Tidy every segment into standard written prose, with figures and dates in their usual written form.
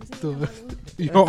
Tuh. Yo.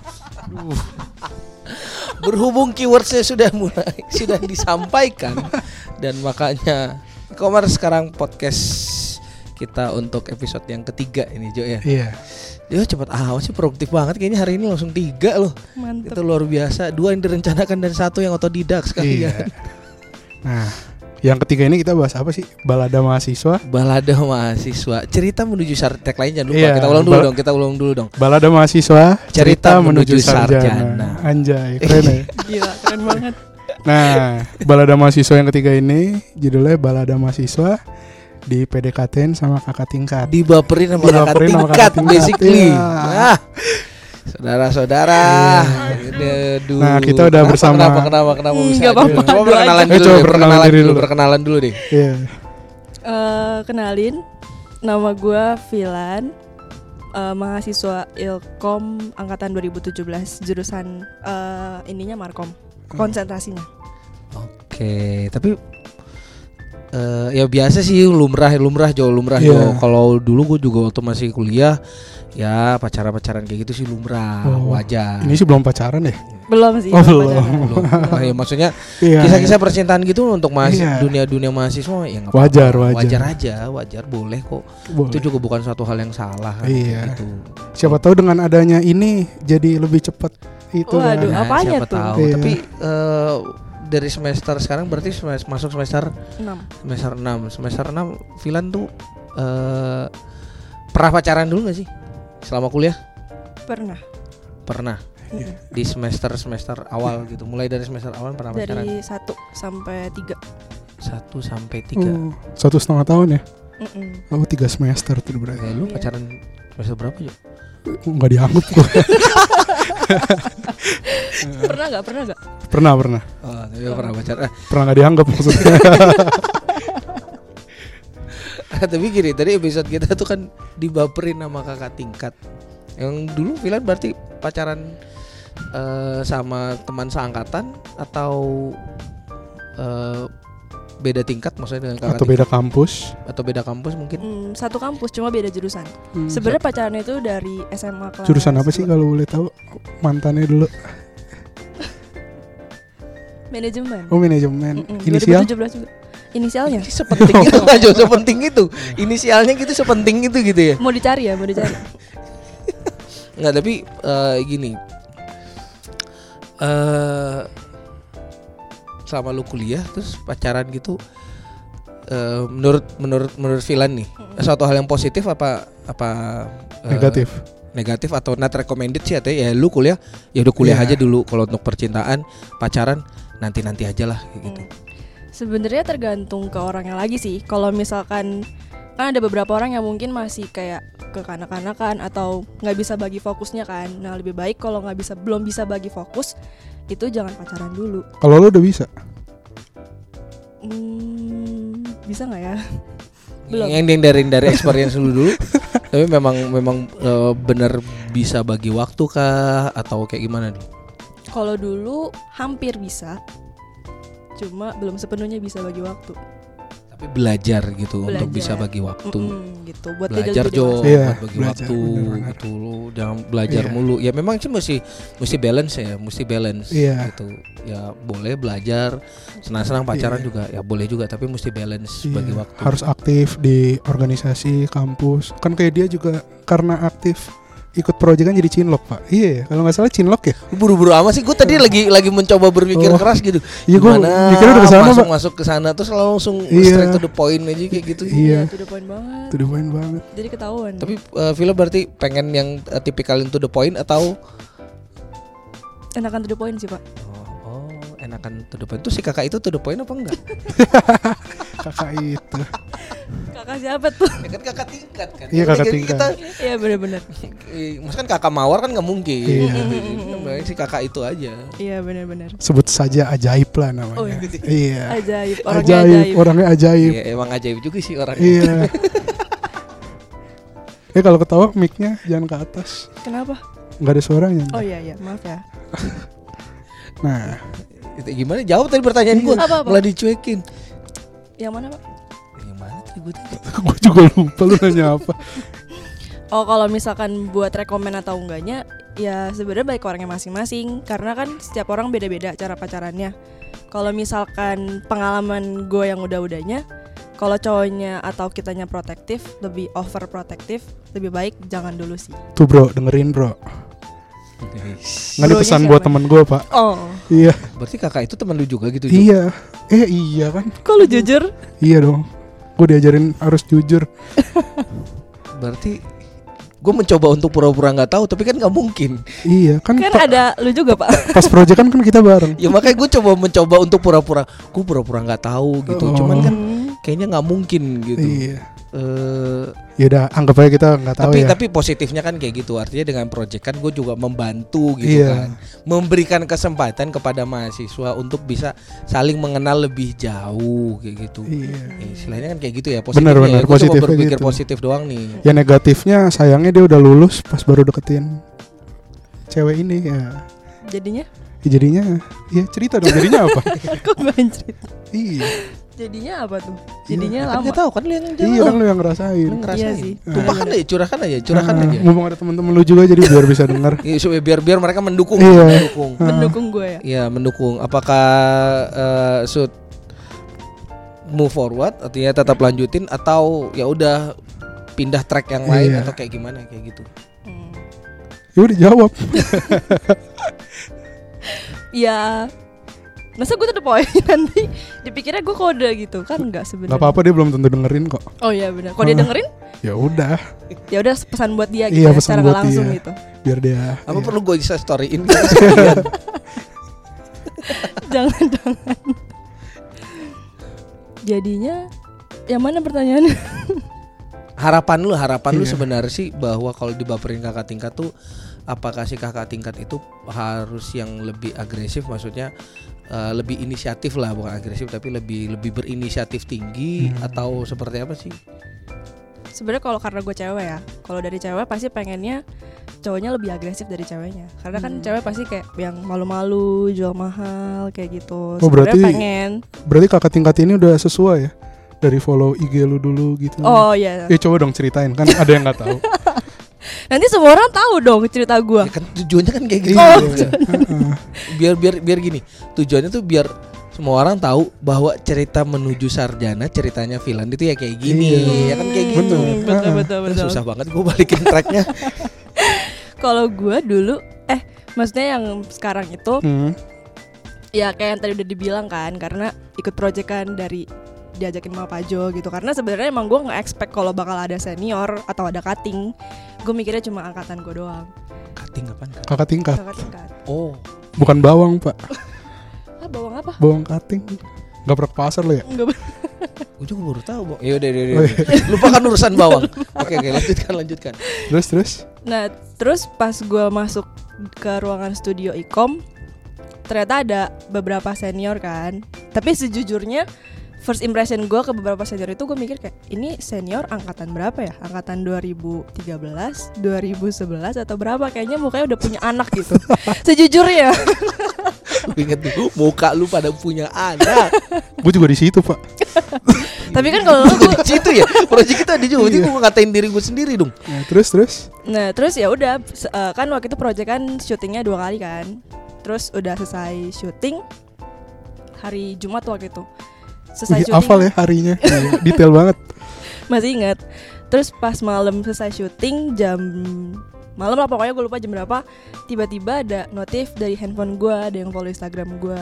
Berhubung keywordsnya sudah disampaikan dan makanya Komar sekarang podcast kita untuk episode yang ketiga ini Jo ya. Iya. Ya cepet sih, produktif banget kayaknya hari ini langsung 3 loh. Mantep. Itu luar biasa. 2 yang direncanakan dan 1 yang otodidak sekali Iya. Nah, yang ketiga ini kita bahas apa sih? Balada mahasiswa. Balada mahasiswa. Cerita menuju tagline jangan lupa. Iya, Kita ulang dulu dong. Balada mahasiswa, Cerita menuju sarjana. Anjay, keren ya. Gila, keren banget. Nah, balada mahasiswa yang ketiga ini judulnya Balada mahasiswa di PDKT-in sama kakak tingkat. Dibaperin sama kakak tingkat basically. Iya. Nah, saudara-saudara. Aduh. Nah, kita udah bersama. Kenapa bisa? Nggak apa-apa. Coba perkenalan Ayo, dulu. coba Deh, perkenalan dulu deh. Iya. Kenalin, nama gue Filan, mahasiswa Ilkom angkatan 2017, jurusan ininya Markom, konsentrasinya. Oke, tapi ya biasa sih lumrah Jo. Yeah. Kalau dulu gue juga waktu masih kuliah, ya pacaran kayak gitu sih lumrah, wajar. Ini sih belum pacaran ya? Belum sih. Belum. Ya, maksudnya Iya, kisah-kisah percintaan gitu untuk Iya. dunia mahasiswa ya nggak Wajar. wajar boleh kok. Boleh. Itu juga bukan suatu hal yang salah. Iya. Gitu. Siapa tahu dengan adanya ini jadi lebih cepat itu. Waduh, kan. apanya siapa tuh? tahu. Iya. Tapi dari semester sekarang berarti masuk semester 6. Semester 6 Filan tuh pernah pacaran dulu gak sih selama kuliah? Pernah. Iya. Di semester awal gitu. Mulai dari semester awal pernah pacaran. Dari 1 sampai 3. 1 sampai 3. 1,5 tahun ya? Mm-mm. 3 semester tuh berarti. Ya, lu Iya. pacaran semester berapa ya? Enggak dianggap kok. Pernah gak? Pernah. Oh, tapi pernah pacaran. Pernah enggak dianggap maksudnya. Tapi gini, tadi episode kita tuh kan dibaperin sama kakak tingkat. Yang dulu Filan berarti pacaran sama teman seangkatan atau beda tingkat maksudnya dengan kakak Atau beda kampus. atau beda kampus mungkin. Satu kampus cuma beda jurusan. Sebenarnya pacaran itu dari SMA kelas. Jurusan apa sih kalau boleh tahu? Mantannya dulu. Manajemen. Oh, manajemen. Inisial? 2017 juga. Inisialnya. Sepenting itu aja, sepenting itu. Inisialnya gitu sepenting itu gitu ya. Mau dicari. Enggak, tapi gini. Selama lu kuliah terus pacaran gitu, menurut Filan nih, suatu hal yang positif apa negatif atau not recommended sih, atau ya lu kuliah ya udah kuliah aja dulu. Kalau untuk percintaan, pacaran nanti aja lah kayak gitu. Sebenarnya tergantung ke orangnya lagi sih. Kalau misalkan kan ada beberapa orang yang mungkin masih kayak kekanak-kanakan atau nggak bisa bagi fokusnya kan. Nah, lebih baik kalau belum bisa bagi fokus itu jangan pacaran dulu. Kalau lu udah bisa? Bisa nggak ya? Belum. Yang dari experience dulu. Tapi memang benar bisa bagi waktu kah atau kayak gimana nih? Kalau dulu hampir bisa, cuma belum sepenuhnya bisa bagi waktu. Tapi belajar gitu untuk bisa bagi waktu. Gitu. Buat Belajar Jo, Iya, buat bagi belajar, waktu bener banget. gitu. Lu jangan belajar mulu. Ya memang sih mesti balance ya, Iya. gitu. Ya boleh belajar, senang-senang pacaran juga ya boleh juga, tapi mesti balance bagi waktu. Harus aktif di organisasi kampus. Kan kayak dia juga karena aktif ikut proyek kan jadi cinlok Pak. Iya ya, kalau nggak salah cinlok ya. Buru-buru amat sih, gue tadi lagi mencoba berpikir keras gitu. Iya, gue mikirnya udah kesana Pak. Masuk ke sana terus langsung Iya. straight to the point aja kayak gitu. Iya. To the point banget. To the point banget. Jadi ketahuan. Tapi Villa berarti pengen yang tipikal to the point atau enakan to the point sih Pak. enakan to the point. Tuh si kakak itu to the point apa enggak? Kakak itu. Kakak siapa tuh? Ya kan kakak tingkat kan. Iya, kakak Jadi tingkat. Iya benar-benar. Maksudnya kan kakak mawar kan nggak mungkin. Iya. Si kakak itu aja. Iya benar-benar. Sebut saja ajaib lah namanya. Oh, iya. Ajaib. Orangnya ajaib. Orangnya ajaib. Iya, emang ajaib juga sih orangnya. Iya. Kalau ketawa mic-nya jangan ke atas. Kenapa? Nggak ada suaranya. Oh iya maaf ya. Nah, Itu gimana? Jawab tadi pertanyaan gue. Apa? Malah dicuekin. Yang mana Pak? Yang mana tadi gue tadi? gue juga lupa lu nanya apa. Oh, kalau misalkan buat rekomen atau enggaknya, ya sebenarnya baik orangnya masing-masing. Karena kan setiap orang beda-beda cara pacarannya. Kalau misalkan pengalaman gue yang udah-udahnya, kalau cowoknya atau kitanya protektif, lebih overprotektif, lebih baik jangan dulu sih. Tuh bro, dengerin bro. Nggak Bronya pesan siapa? buat temen gue pak. Oh, Iya. Berarti kakak itu teman lu juga gitu? Ju? Iya. Iya kan. kok lu jujur? Iya dong. Gue diajarin harus jujur. Berarti gue mencoba untuk pura-pura nggak tahu, tapi kan nggak mungkin. Iya kan. Kan ada lu juga pak. Pas project kan kita bareng. Ya makanya gue mencoba untuk pura-pura. Gue pura-pura nggak tahu gitu. Oh. Cuman kan kayaknya nggak mungkin gitu. Iya. Eh, Ya udah anggap aja kita nggak tahu ya. tapi positifnya kan kayak gitu. Artinya dengan project kan gue juga membantu gitu Iya. kan. Memberikan kesempatan kepada mahasiswa untuk bisa saling mengenal lebih jauh kayak gitu. Iya. Istilahnya kan kayak gitu ya. Benar, Positifnya ya. Gue coba positifnya berpikir gitu. positif doang nih. Ya negatifnya sayangnya dia udah lulus pas baru deketin cewek ini ya. Jadinya? Ya jadinya ya cerita dong jadinya apa? Kok gue yang cerita? Iya. Jadinya apa tuh? Jadinya Kan lama. nggak tahu kan lu yang Iya jawab. kan lu yang ngerasain. Lu ngerasain. Iya sih. Tumpahkan aja, curahkan Ah, aja. Mumpung ada teman-teman lu juga jadi biar bisa denger. Iya, supaya biar mereka mendukung. Iya. Mendukung. Mendukung gue ya. Iya, mendukung. Apakah should move forward, artinya tetap lanjutin atau ya udah pindah track yang lain Iya. atau kayak gimana kayak gitu. Ya udah jawab. Ya, masa gue tuh the point nanti dipikirnya gue kode gitu kan enggak sebenarnya. Gak apa-apa dia belum tentu dengerin kok. Oh iya benar. Kalau dia dengerin, Ya udah ya udah pesan buat dia gitu Iya, ya, pesan secara buat nggak langsung dia. gitu. biar dia. Apa iya. perlu gue bisa storyin gitu sekalian? Jangan. Jadinya yang mana pertanyaannya? Harapan lu Iya. sebenarnya sih bahwa kalau dibaperin kakak tingkat tuh apakah si kakak tingkat itu harus yang lebih agresif, maksudnya lebih inisiatif lah, bukan agresif tapi lebih berinisiatif tinggi atau seperti apa sih? Sebenarnya kalau karena gue cewek ya, kalau dari cewek pasti pengennya cowoknya lebih agresif dari ceweknya. Karena kan cewek pasti kayak yang malu-malu, jual mahal kayak gitu. Oh, Sebenarnya berarti- pengen. Berarti kakak tingkat ini udah sesuai ya dari follow IG lu dulu gitu. Oh iya. Coba dong ceritain kan ada yang nggak tahu. Nanti semua orang tahu dong cerita gue. Ya kan tujuannya kan kayak gitu. Iya. biar gini, tujuannya tuh biar semua orang tahu bahwa cerita menuju sarjana ceritanya Vilan itu ya kayak gini. Iya. Ya kan kayak gitu. Betul. Susah banget gue balikin tracknya. Kalau gue dulu, maksudnya yang sekarang itu, ya kayak yang tadi udah dibilang kan, karena ikut project kan dari diajakin sama Pak Jo gitu. Karena sebenarnya emang gue nggak expect kalau bakal ada senior atau ada cutting. Gue mikirnya cuma angkatan gue doang. Cutting apaan? Kakak tingkat. Kakak tingkat. Oh, Bukan bawang pak. Bawang apa? Bawang cutting. Gak pernah ke pasar lo ya? Enggak. gue juga baru tahu. Ya udah. Lupakan urusan bawang. Oke, lanjutkan. Terus. Nah, terus pas gue masuk ke ruangan studio ikom, ternyata ada beberapa senior kan. Tapi sejujurnya first impression gue ke beberapa senior itu gue mikir kayak ini senior angkatan berapa ya? Angkatan 2013, 2011 atau berapa? Kayaknya mukanya udah punya anak gitu. Sejujurnya. Lu inget tuh muka lu pada punya anak. Gue juga di situ pak. Tapi kan kalau Gue di situ ya. Proyek kita di juga. Berarti gue ngatain diri gue sendiri dong. Nah, terus. Nah terus ya udah kan waktu itu project kan syutingnya 2 kali kan. Terus udah selesai syuting hari Jumat waktu itu. Selesai Wih, hafal ya harinya. Iya, detail banget. Masih ingat. Terus pas malam selesai syuting jam malam lah pokoknya gue lupa jam berapa, tiba-tiba ada notif dari handphone gue, ada yang follow Instagram gue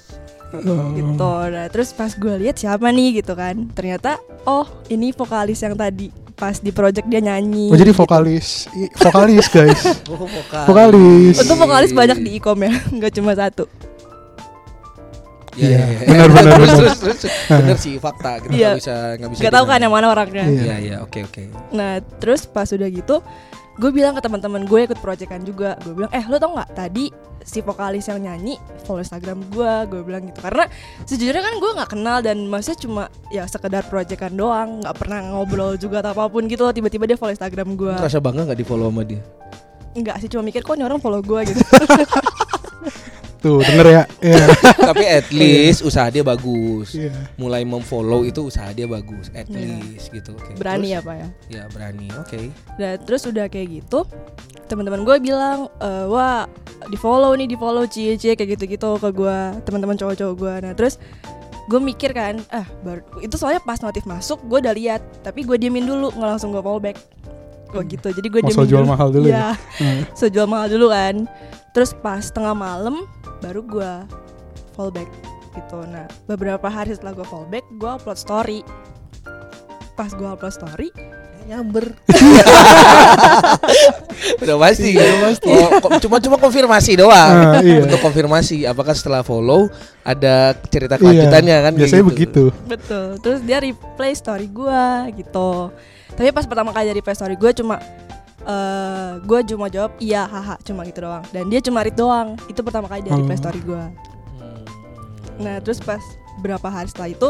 gitu. Nah, terus pas gue lihat siapa nih gitu kan, ternyata oh ini vokalis yang tadi pas di project dia nyanyi. Oh jadi gitu. vokalis guys. Oh, Vokalis. Untuk vokalis banyak di ikom ya, nggak cuma satu. Iya. Benar. Terus. Benar sih fakta. Kita Iya. nggak bisa. Nggak tahu kan yang mana orangnya. Iya. Iya, oke. Nah terus pas udah gitu gue bilang ke teman-teman gue ikut projectan juga, gue bilang lo tau nggak tadi si vokalis yang nyanyi follow Instagram gue bilang gitu, karena sejujurnya kan gue nggak kenal dan maksudnya cuma ya sekedar projectan doang, nggak pernah ngobrol juga atau apapun gitu loh, tiba-tiba dia follow Instagram gue. Terasa bangga nggak di follow sama dia? Enggak sih, cuma mikir kok ini orang follow gue gitu. Tuh denger ya. Iya. Tapi at least usaha dia bagus. Iya. Mulai memfollow itu usaha dia bagus, at least gitu. Oke. Berani Terus? ya Pak ya. Ya berani, oke. Nah terus udah kayak gitu, teman-teman gue bilang, wah di follow cie kayak gitu-gitu ke gue, teman-teman cowok-cowok gue. Nah terus gue mikir kan, baru itu soalnya pas notif masuk gue udah lihat, tapi gue diemin dulu, nggak langsung gue follow back. Gue gitu, jadi gue diemin jual dulu. mahal dulu ya. So jual mahal dulu kan. Terus pas tengah malam baru gue follow back gitu. Nah beberapa hari setelah gue follow back, gue upload story. Pas gue upload story, Nyamber. Udah pasti. Cuma konfirmasi doang. Iya. Untuk konfirmasi apakah setelah follow ada cerita kelanjutannya kan biasanya gitu. begitu. betul. Terus dia replay story gue gitu. Tapi pas pertama kali dia replay story gue gue cuma jawab iya haha cuma gitu doang. Dan dia cuma read doang. Itu pertama kali dia replay story gue. Nah terus pas berapa hari setelah itu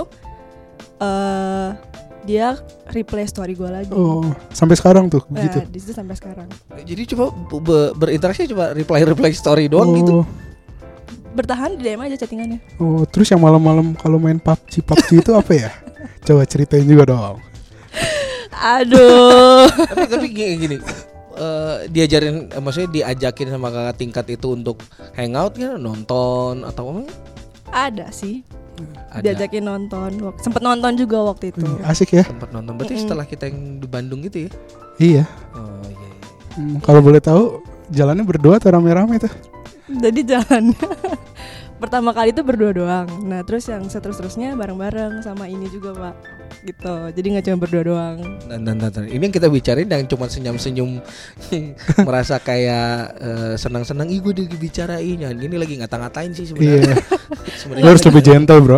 dia replay story gue lagi. Oh, sampai sekarang tuh Nah, gitu. di situ sampai sekarang. Jadi coba berinteraksi coba reply story doang gitu. Bertahan di DM aja chattingannya. Oh, terus yang malam-malam kalau main PUBG itu apa ya? Coba ceritain juga dong. Aduh. tapi gini. Diajarin, maksudnya diajakin sama kakak tingkat itu untuk hangout ya, nonton atau apa? Ada sih. Ada. Diajakin nonton. Sempet nonton juga waktu itu. Asik ya? Sempat nonton. Berarti setelah kita yang di Bandung gitu ya? Iya. Oh iya. Kalau boleh tahu jalannya berdua atau rame-rame tuh? Jadi jalannya pertama kali itu berdua doang. Nah terus yang seterusnya bareng-bareng sama ini juga Pak. Gitu. Jadi nggak cuma berdua doang. Dan ini yang kita bicarain yang cuma senyum-senyum merasa kayak senang-senang. Ih gue dibicarain. Ya, ini lagi ngata-ngatain sih sebenarnya. Iya. Sebenarnya Lo harus lebih gentle bro.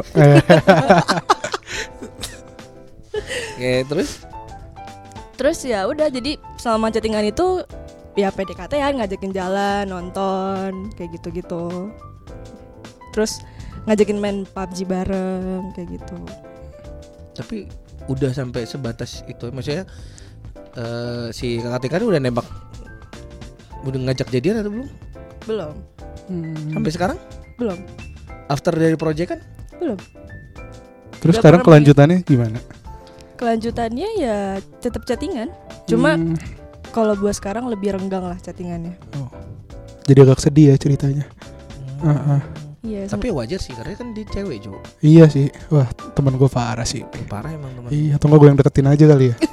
Oke, Terus ya udah jadi selama chattingan itu ya PDKT ya ngajakin jalan, nonton kayak gitu-gitu. Terus ngajakin main PUBG bareng kayak gitu. tapi udah sampai sebatas itu, maksudnya si kakak tingkat udah nembak, udah ngajak jadian atau belum? Belum. Sampai sekarang? Belum. After dari project kan? Belum. Terus Gak sekarang pernah kelanjutannya gimana? Kelanjutannya ya tetap chattingan. Cuma kalau buat sekarang lebih renggang lah chattingannya. Oh. Jadi agak sedih ya ceritanya. Iya. Tapi wajar sih karena kan dia cewek Jo. Iya sih. Wah teman gue parah sih. Parah emang teman. Iya atau nggak gue yang deketin aja kali ya.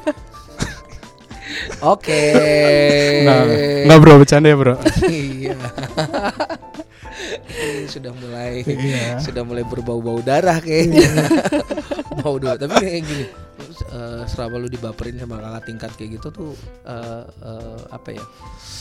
Oke. Nggak bro, bercanda ya bro. Iya. Ini sudah mulai berbau-bau darah kayaknya. Bau darah. Tapi kayak gini, selama lu dibaperin sama kakak tingkat kayak gitu tuh apa ya?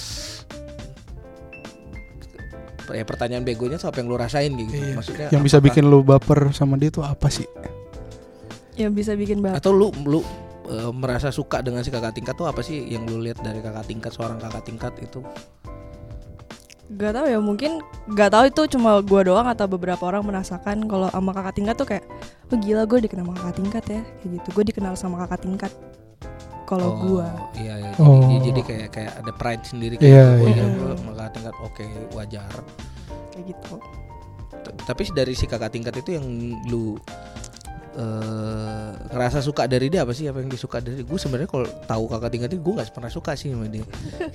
Ya pertanyaan begonya tuh apa yang lu rasain gitu. Iya. Maksudnya yang bisa bikin lu baper sama dia tuh apa sih? Yang bisa bikin baper. Atau lu merasa suka dengan si kakak tingkat tuh apa sih yang lu lihat dari kakak tingkat, seorang kakak tingkat itu? Gak tahu ya, mungkin gak tahu itu cuma gue doang atau beberapa orang merasakan kalau sama kakak tingkat tuh kayak, oh gila gue dikenal sama kakak tingkat ya, kayak gitu. Gue dikenal sama kakak tingkat. Kalau gue. Iya, jadi kayak ada pride sendiri kayak Iya, gitu. Oh iya. iya, gue sama kakak tingkat, oke, wajar. Kayak gitu. Tapi dari si kakak tingkat itu yang lu ngerasa suka dari dia apa sih? Apa yang disuka dari gue? Sebenarnya kalau tahu kakak tingkat itu gue nggak pernah suka sih sama dia.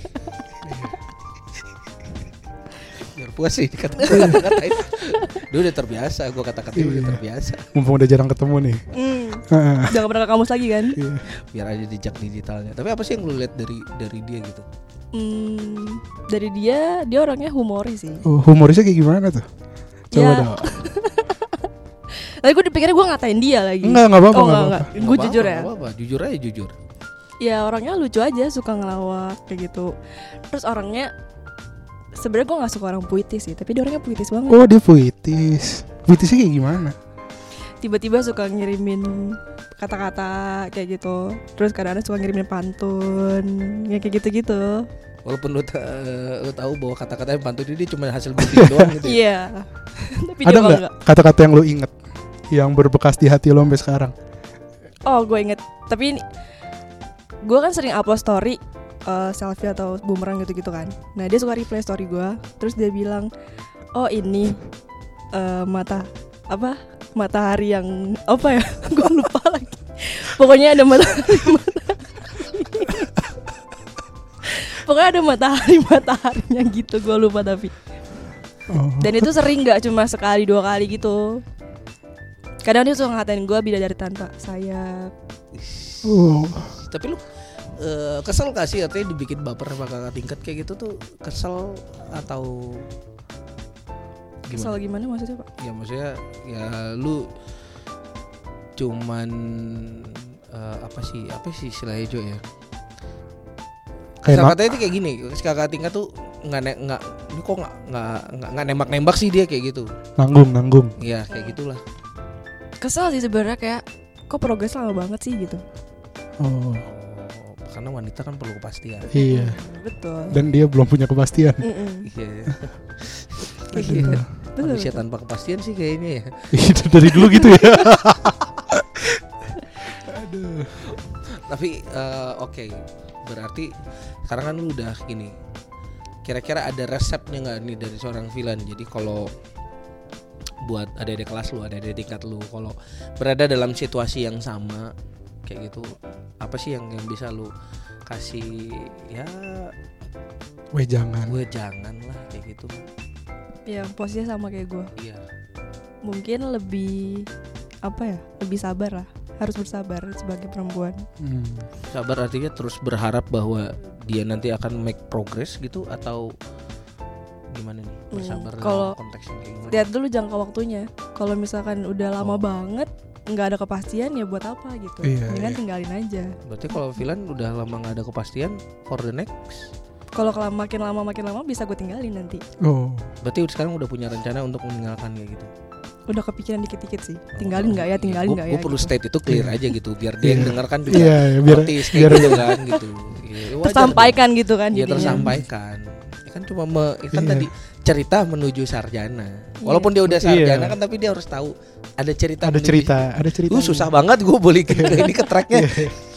Biar puas sih kata-katain. Dia udah terbiasa, gue kata-katain udah terbiasa. Mumpung udah jarang ketemu nih. Jangan pernah ke kampus lagi kan? Biar ada jejak digitalnya. Tapi apa sih yang lu lihat dari dia gitu? Dari dia orangnya humoris sih. Oh, humorisnya kayak gimana tuh? Coba Ya. dong. Tapi gue dipikirnya gue ngatain dia lagi. Enggak apa-apa. Oh nggak enggak. apa-apa. Gue jujur ya. Apa? Jujur aja jujur. Ya orangnya lucu aja, suka ngelawak kayak gitu. Terus orangnya sebenarnya gue nggak suka orang puitis sih, tapi dia orangnya puitis banget. Oh dia puitis. Puitisnya kayak gimana? Tiba-tiba suka ngirimin kata-kata kayak gitu. Terus kadang-kadang suka ngirimin pantun, ya kayak gitu-gitu. Walaupun lu tahu bahwa kata-kata yang pantun ini cuma hasil bikin doang gitu. Iya. Tapi Ada dia nggak enggak. kata-kata yang lu inget yang berbekas di hati lo sampai sekarang? Oh gue inget. Tapi gue kan sering upload story selfie atau boomerang gitu-gitu kan. Nah dia suka reply story gue. Terus dia bilang, Oh ini matahari yang apa ya? Gue lupa lagi. Pokoknya ada matahari. Pokoknya ada mataharinya gitu. Gue lupa tapi. Dan itu sering, nggak cuma sekali 2 kali gitu. Kadang dia suka ngatain gue bidadari tanpa sayap. Tapi lu kesel gak sih artinya dibikin baper sama kakak tingkat kayak gitu tuh, kesel atau gimana? Kesel gimana maksudnya Pak? Ya maksudnya ya lu cuman apa sih istilahnya Jo ya? Kakak itu kayak gini, kakak tingkat tuh nggak nembak sih dia kayak gitu. Nanggung. Iya kayak gitulah. Kesel sih sebenarnya, kayak kok progres lama banget sih gitu. Karena wanita kan perlu kepastian. Iya. Betul. Dan dia belum punya kepastian. Iya. Gitu. Manusia tanpa kepastian sih kayaknya ya. Dari dulu gitu ya. Aduh. Tapi oke. Berarti sekarang kan lu udah gini. Kira-kira ada resepnya nggak nih dari seorang Villan? Jadi kalau buat adik-adik kelas lu, adik-adik tingkat lu, kalau berada dalam situasi yang sama kayak gitu, apa sih yang bisa lu kasih ya? Jangan lah kayak gitu. Ya posisinya sama kayak gue. Iya. Mungkin lebih lebih sabar lah. Harus bersabar sebagai perempuan. Sabar artinya terus berharap bahwa dia nanti akan make progress gitu, atau gimana nih? Bersabar dalam konteks yang kayak gimana? Lihat dulu jangka waktunya. Kalau misalkan udah lama banget nggak ada kepastian, ya buat apa gitu. Dengan tinggalin aja. Berarti kalau Villan udah lama nggak ada kepastian, for the next, kalau makin lama bisa gue tinggalin nanti. Berarti sekarang udah punya rencana untuk meninggalkan kayak gitu? Udah kepikiran dikit-dikit sih. Tinggalin nggak ya? Gue perlu gitu. state itu clear aja gitu, biar dia yang dengarkan juga biar gitu kan gitu. Tersampaikan gitu kan. Iya tersampaikan. Kan cuma tadi cerita menuju sarjana. Walaupun dia udah sarjana kan, tapi dia harus tahu ada cerita. Ada cerita. Susah banget gue balikin ini ke tracknya.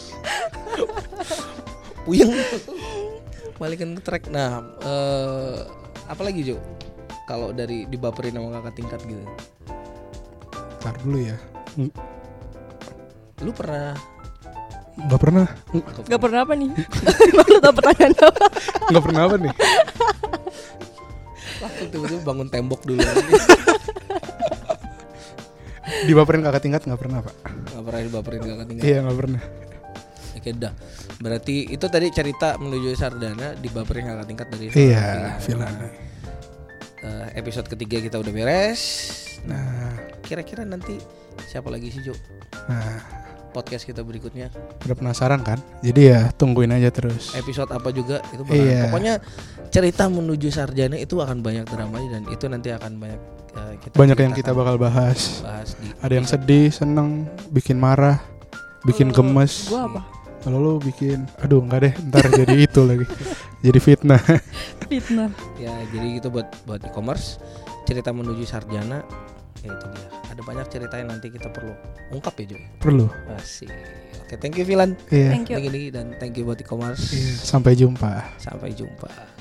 Puyeng. Balikin ke track. Nah, apa lagi Jo? Kalau dari dibaperin sama kakak tingkat gitu. Ntar dulu ya. Lu pernah? Gak pernah. Gak pernah apa nih? Lu tau pertanyaan apa? Gak pernah apa nih? Langsung tiba-tiba bangun tembok dulu. Dibaperin kakak tingkat gak pernah Pak? Gak pernah dibaperin kakak tingkat? Iya gak pernah. Oke dah. Berarti itu tadi cerita menuju sarjana dibaperin kakak tingkat dari Villan. Episode ketiga kita udah beres. Nah, kira-kira nanti siapa lagi sih Jo? Nah, podcast kita berikutnya. Udah penasaran kan? Jadi ya tungguin aja terus. Episode apa juga itu bakal. Pokoknya cerita menuju sarjana itu akan banyak dramanya, dan itu nanti akan banyak yang kita bakal bahas di ada yang sedih, seneng, bikin marah, bikin gemes. Gua apa? Kalau lu bikin, aduh enggak deh, ntar jadi itu lagi. Jadi fitnah. Ya, jadi gitu buat e-commerce, cerita menuju sarjana. Ya itu dia. Ada banyak cerita yang nanti kita perlu ungkap ya Jo. Perlu. Asik. Oke, thank you Villan. Thank you. Dan thank you buat e-commerce. Sampai jumpa. Sampai jumpa.